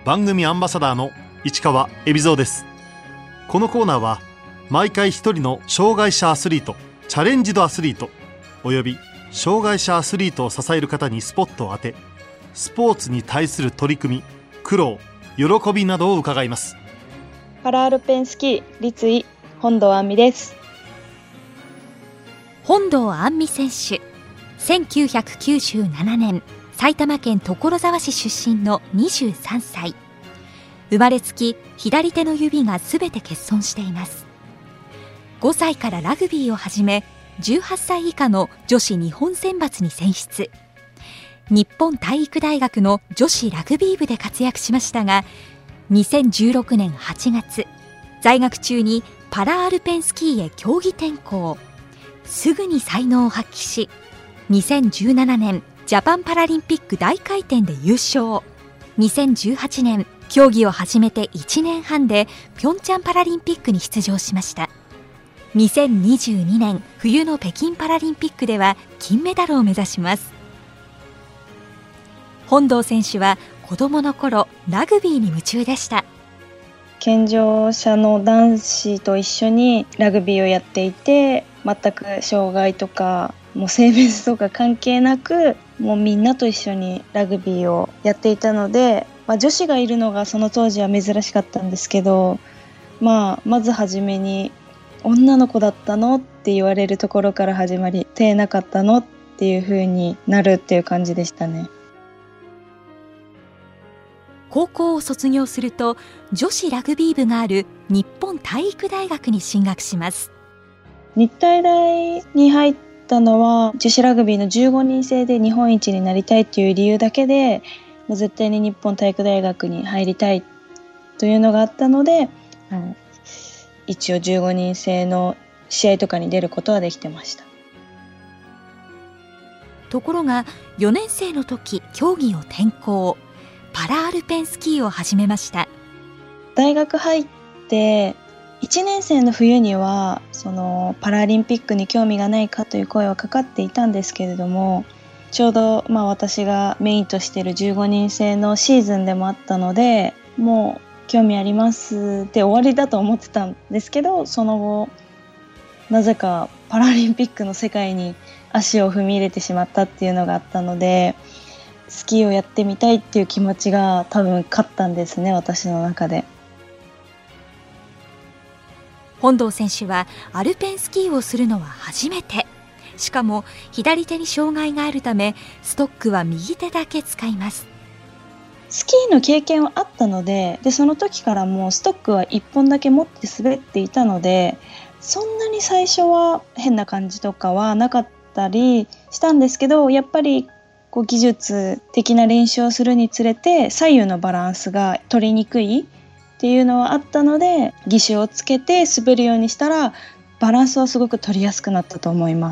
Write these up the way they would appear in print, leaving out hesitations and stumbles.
番組アンバサダーの市川海老蔵です。このコーナーは毎回一人の障害者アスリート、チャレンジドアスリートおよび障害者アスリートを支える方にスポットを当て、スポーツに対する取り組み、苦労、喜びなどを伺います。 パラアルペンスキー立位本堂杏実です。 本堂杏実選手、1997年埼玉県所沢市出身の23歳。生まれつき左手の指がすべて欠損しています。5歳からラグビーを始め、18歳以下の女子日本選抜に選出。日本体育大学の女子ラグビー部で活躍しましたが、2016年8月、在学中にパラアルペンスキーへ競技転向。すぐに才能を発揮し、2017年ジャパンパラリンピック大回転で優勝。2018年競技を始めて1年半でピョンチャンパラリンピックに出場しました。2022年冬の北京パラリンピックでは金メダルを目指します。本堂選手は子供の頃ラグビーに夢中でした。 健常者の男子と一緒にラグビーをやっていて、全く障害とかもう性別とか関係なく、もうみんなと一緒にラグビーをやっていたので、女子がいるのがその当時は珍しかったんですけど、まず初めに女の子だったのって言われるところから始まり、手なかったのっていう風になるっていう感じでしたね。 高校を卒業すると女子ラグビー部がある日本体育大学に進学します。 日体大に入ったのは女子ラグビーの15人制で日本一になりたいという理由だけで、もう絶対に日本体育大学に入りたいというのがあったので、一応15人制の試合とかに出ることはできてました。 ところが4年生の時、競技を転向。パラアルペンスキーを始めました。 大学入って1年生の冬にはそのパラリンピックに興味がないかという声はかかっていたんですけれども、ちょうど私がメインとしている15人制のシーズンでもあったので、もう興味ありますで終わりだと思ってたんですけど、その後なぜかパラリンピックの世界に足を踏み入れてしまったっていうのがあったので、スキーをやってみたいっていう気持ちが多分勝ったんですね、私の中で。 本堂選手はアルペンスキーをするのは初めて。しかも左手に障害があるため、ストックは右手だけ使います。 スキーの経験はあったので、その時からもうストックは1本だけ持って滑っていたので、そんなに最初は変な感じとかはなかったりしたんですけど、やっぱり技術的な練習をするにつれて左右のバランスが取りにくいっていうのはあったので、義手をつけて滑るようにしたらバランスはすごく取りやすくなったと思います。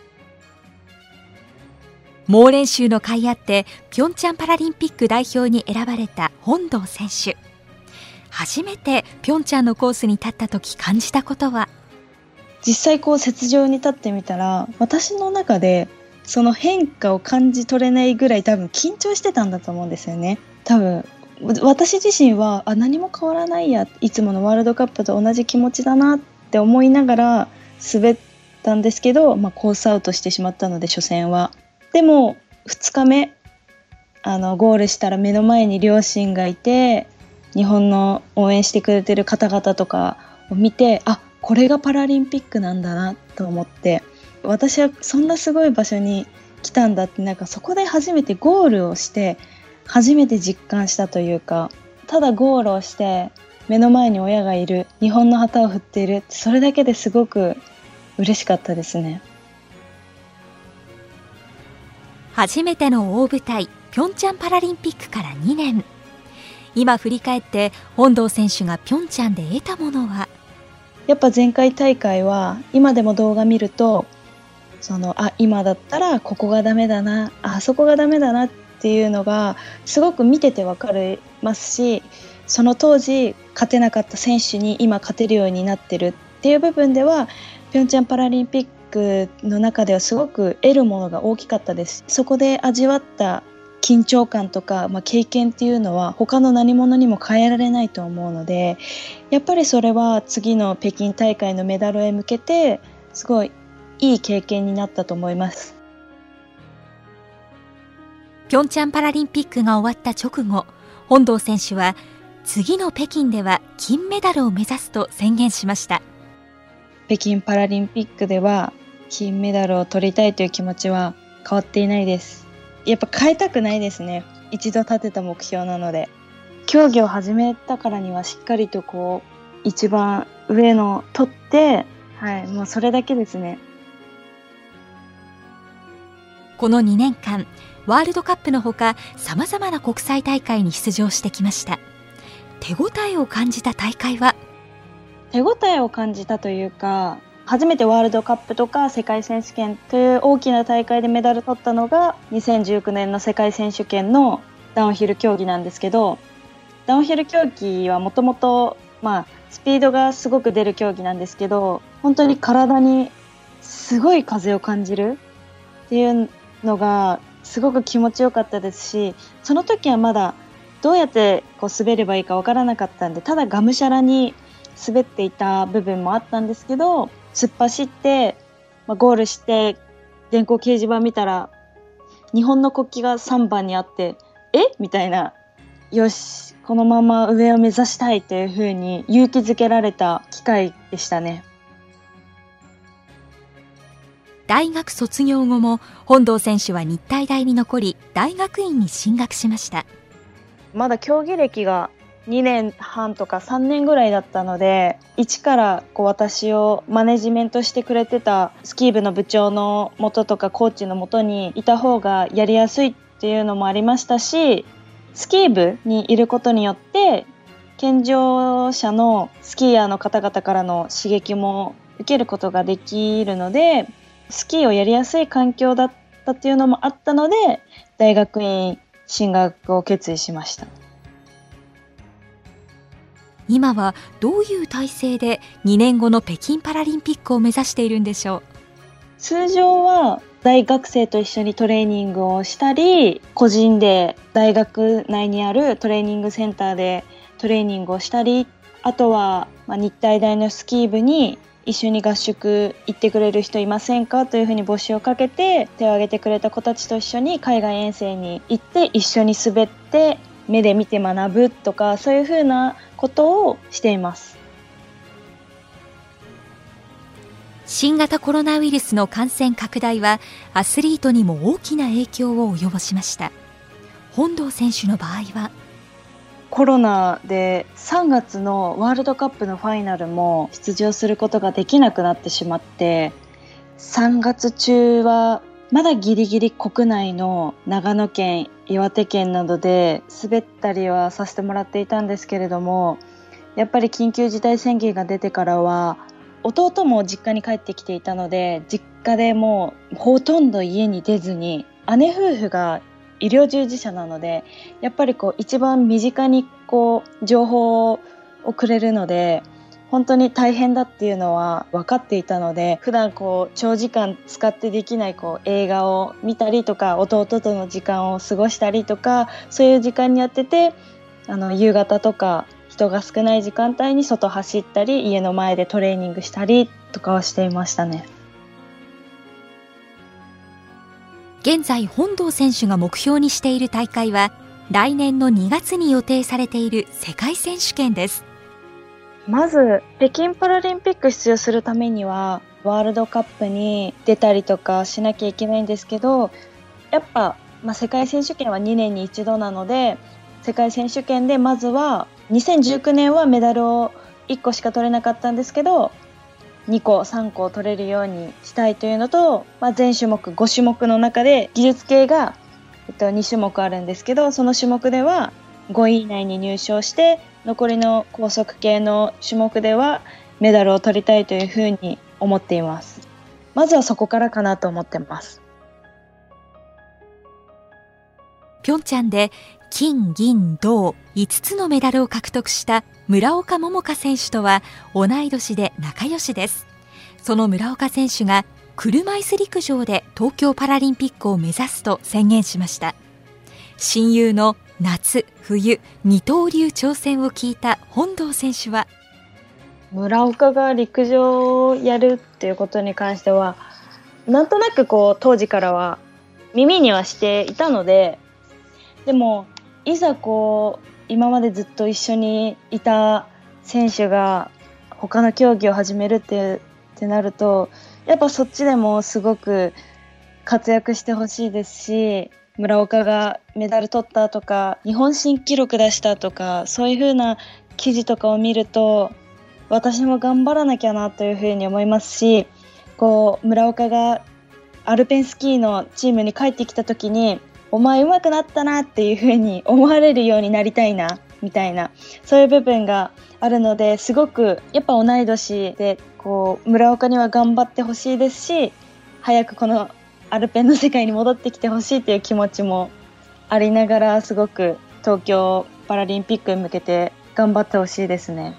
猛練習の甲斐あってピョンチャンパラリンピック代表に選ばれた本堂選手。初めてピョンチャンのコースに立った時感じたことは、 実際雪上に立ってみたら、私の中でその変化を感じ取れないぐらい多分緊張してたんだと思うんですよね。多分私自身は何も変わらないや、いつものワールドカップと同じ気持ちだなって思いながら滑ったんですけど、コースアウトしてしまったので初戦は。でも2日目ゴールしたら目の前に両親がいて、日本の応援してくれてる方々とかを見て、これがパラリンピックなんだなと思って、私はそんなすごい場所に来たんだって、そこで初めてゴールをして初めて実感したというか、ただゴールをして目の前に親がいる、日本の旗を振っている、それだけですごく嬉しかったですね。 初めての大舞台ピョンチャンパラリンピックから2年。今振り返って本堂選手がピョンチャンで得たものは、 やっぱ前回大会は今でも動画見ると、今だったらここがダメだな、あそこがダメだなっていうのがすごく見てて分かりますし、その当時勝てなかった選手に今勝てるようになってるっていう部分では、ピョンチャンパラリンピックの中ではすごく得るものが大きかったです。そこで味わった緊張感とか、経験っていうのは他の何物にも変えられないと思うので、やっぱりそれは次の北京大会のメダルへ向けてすごいいい経験になったと思います。 ピョンチャンパラリンピックが終わった直後、本堂選手は次の北京では金メダルを目指すと宣言しました。 北京パラリンピックでは金メダルを取りたいという気持ちは変わっていないです。やっぱ変えたくないですね。一度立てた目標なので、競技を始めたからにはしっかりと一番上の取って、もうそれだけですね。 この2年間、ワールドカップのほかさまざまな国際大会に出場してきました。手応えを感じた大会は？ 手応えを感じたというか、初めてワールドカップとか世界選手権という大きな大会でメダル取ったのが2019年の世界選手権のダウンヒル競技なんですけど、ダウンヒル競技はもともとスピードがすごく出る競技なんですけど、本当に体にすごい風を感じるっていうのがすごく気持ちよかったですし、その時はまだどうやって滑ればいいかわからなかったんで、ただがむしゃらに滑っていた部分もあったんですけど、突っ走って、ゴールして電光掲示板見たら日本の国旗が3番にあって、みたいな、よしこのまま上を目指したいという風に勇気づけられた機会でしたね。 大学卒業後も本堂選手は日体大に残り大学院に進学しました。 まだ競技歴が2年半とか3年ぐらいだったので、一から私をマネジメントしてくれてたスキー部の部長の元とかコーチの元にいた方がやりやすいっていうのもありましたし、スキー部にいることによって健常者のスキーヤーの方々からの刺激も受けることができるので、スキーをやりやすい環境だったっていうのもあったので、大学院進学を決意しました。 今はどういう体制で2年後の北京パラリンピックを目指しているんでしょう？ 通常は大学生と一緒にトレーニングをしたり、個人で大学内にあるトレーニングセンターでトレーニングをしたり、あとは日体大のスキー部に一緒に合宿行ってくれる人いませんかというふうに募集をかけて、手を挙げてくれた子たちと一緒に海外遠征に行って一緒に滑って目で見て学ぶとか、そういうふうなことをしています。 新型コロナウイルスの感染拡大はアスリートにも大きな影響を及ぼしました。本堂選手の場合はコロナで3月のワールドカップのファイナルも出場することができなくなってしまって、3月中はまだギリギリ国内の長野県、岩手県などで滑ったりはさせてもらっていたんですけれども、やっぱり緊急事態宣言が出てからは弟も実家に帰ってきていたので、実家でもうほとんど家に出ずに、姉夫婦が医療従事者なので、やっぱり一番身近に情報をくれるので、本当に大変だっていうのは分かっていたので、普段長時間使ってできない映画を見たりとか、弟との時間を過ごしたりとか、そういう時間にやってて、夕方とか人が少ない時間帯に外走ったり、家の前でトレーニングしたりとかはしていましたね。 現在本堂選手が目標にしている大会は来年の2月に予定されている世界選手権です。 まず北京パラリンピック出場するためにはワールドカップに出たりとかしなきゃいけないんですけど、やっぱ、世界選手権は2年に一度なので、世界選手権でまずは2019年はメダルを1個しか取れなかったんですけど、2個3個取れるようにしたいというのと、全種目5種目の中で技術系が、2種目あるんですけど、その種目では5位以内に入賞して、残りの高速系の種目ではメダルを取りたいというふうに思っています。まずはそこからかなと思ってます。 ピョンチャンで金銀銅5つのメダルを獲得した村岡桃佳選手とは同い年で仲良しです。その村岡選手が車椅子陸上で東京パラリンピックを目指すと宣言しました。 親友の夏冬二刀流挑戦を聞いた本堂選手は、 村岡が陸上をやるっていうことに関してはなんとなく当時からは耳にはしていたので、でもいざ今までずっと一緒にいた選手が他の競技を始めるってなると、やっぱそっちでもすごく活躍してほしいですし、村岡がメダル取ったとか日本新記録出したとか、そういう風な記事とかを見ると私も頑張らなきゃなという風に思いますし、村岡がアルペンスキーのチームに帰ってきた時にお前上手くなったなっていう風に思われるようになりたいなみたいな、そういう部分があるので、すごくやっぱ同い年で村岡には頑張ってほしいですし、早くこのアルペンの世界に戻ってきてほしいという気持ちもありながら、すごく東京パラリンピックに向けて頑張ってほしいですね。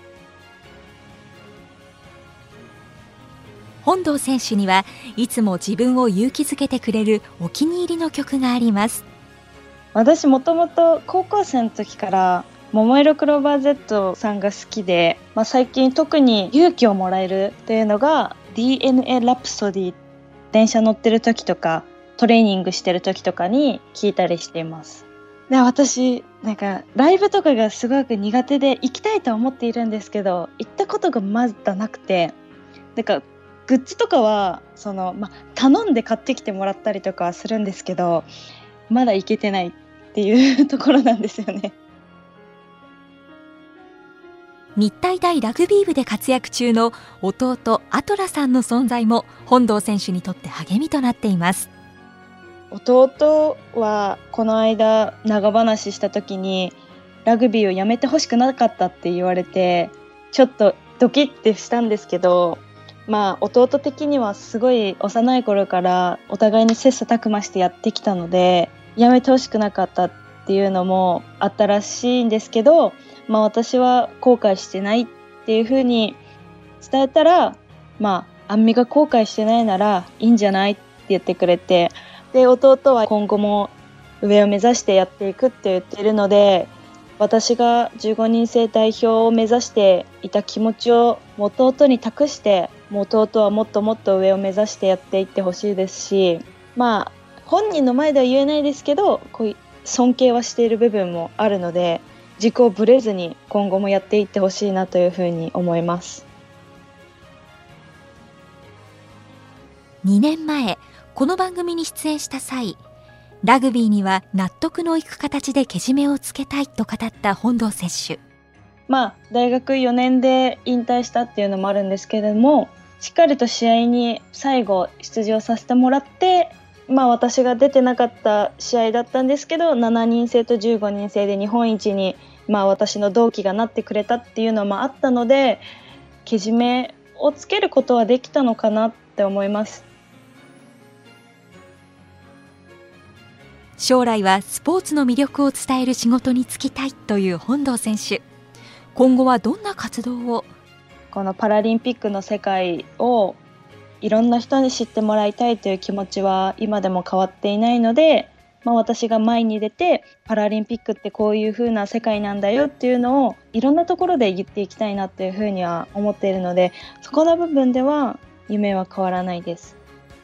本堂選手にはいつも自分を勇気づけてくれるお気に入りの曲があります。 私もともと高校生の時から桃色クローバー Z さんが好きで、最近特に勇気をもらえるというのが DNA ラプソディ、電車乗ってる時とかトレーニングしてる時とかに聴いたりしています。で、私ライブとかがすごく苦手で行きたいとは思っているんですけど、行ったことがまだなくて、グッズとかは頼んで買ってきてもらったりとかはするんですけど、まだ行けてないっていうところなんですよね。 日体大ラグビー部で活躍中の弟アトラさんの存在も本堂選手にとって励みとなっています。 弟はこの間長話した時にラグビーをやめてほしくなかったって言われて、ちょっとドキッてしたんですけど、弟的にはすごい幼い頃からお互いに切磋琢磨してやってきたので、やめてほしくなかったっていうのもあったらしいんですけど、私は後悔してないっていう風に伝えたら、アンミが後悔してないならいいんじゃないって言ってくれて、で弟は今後も上を目指してやっていくって言っているので、私が15人制代表を目指していた気持ちを弟に託して、弟はもっともっと上を目指してやっていってほしいですし、本人の前では言えないですけど、こういう尊敬はしている部分もあるので、軸をぶれずに今後もやっていってほしいなというふうに思います。 2年前この番組に出演した際、ラグビーには納得のいく形でけじめをつけたいと語った本堂選手。 大学4年で引退したっていうのもあるんですけれども、しっかりと試合に最後出場させてもらって、私が出てなかった試合だったんですけど、7人制と15人制で日本一に、私の同期がなってくれたっていうのもあったので、けじめをつけることはできたのかなって思います。 将来はスポーツの魅力を伝える仕事に就きたいという本堂選手。今後はどんな活動を？ このパラリンピックの世界をいろんな人に知ってもらいたいという気持ちは今でも変わっていないので、私が前に出てパラリンピックってこういう風な世界なんだよっていうのをいろんなところで言っていきたいなっていう風には思っているので、そこの部分では夢は変わらないです。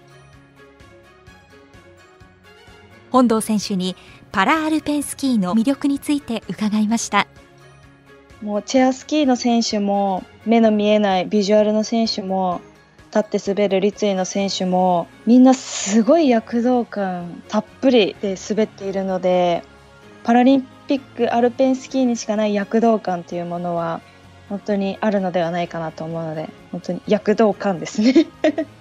本堂選手にパラアルペンスキーの魅力について伺いました。 もうチェアスキーの選手も目の見えないビジュアルの選手も立って滑る立位の選手もみんなすごい躍動感たっぷりで滑っているので、パラリンピックアルペンスキーにしかない躍動感というものは本当にあるのではないかなと思うので、本当に躍動感ですね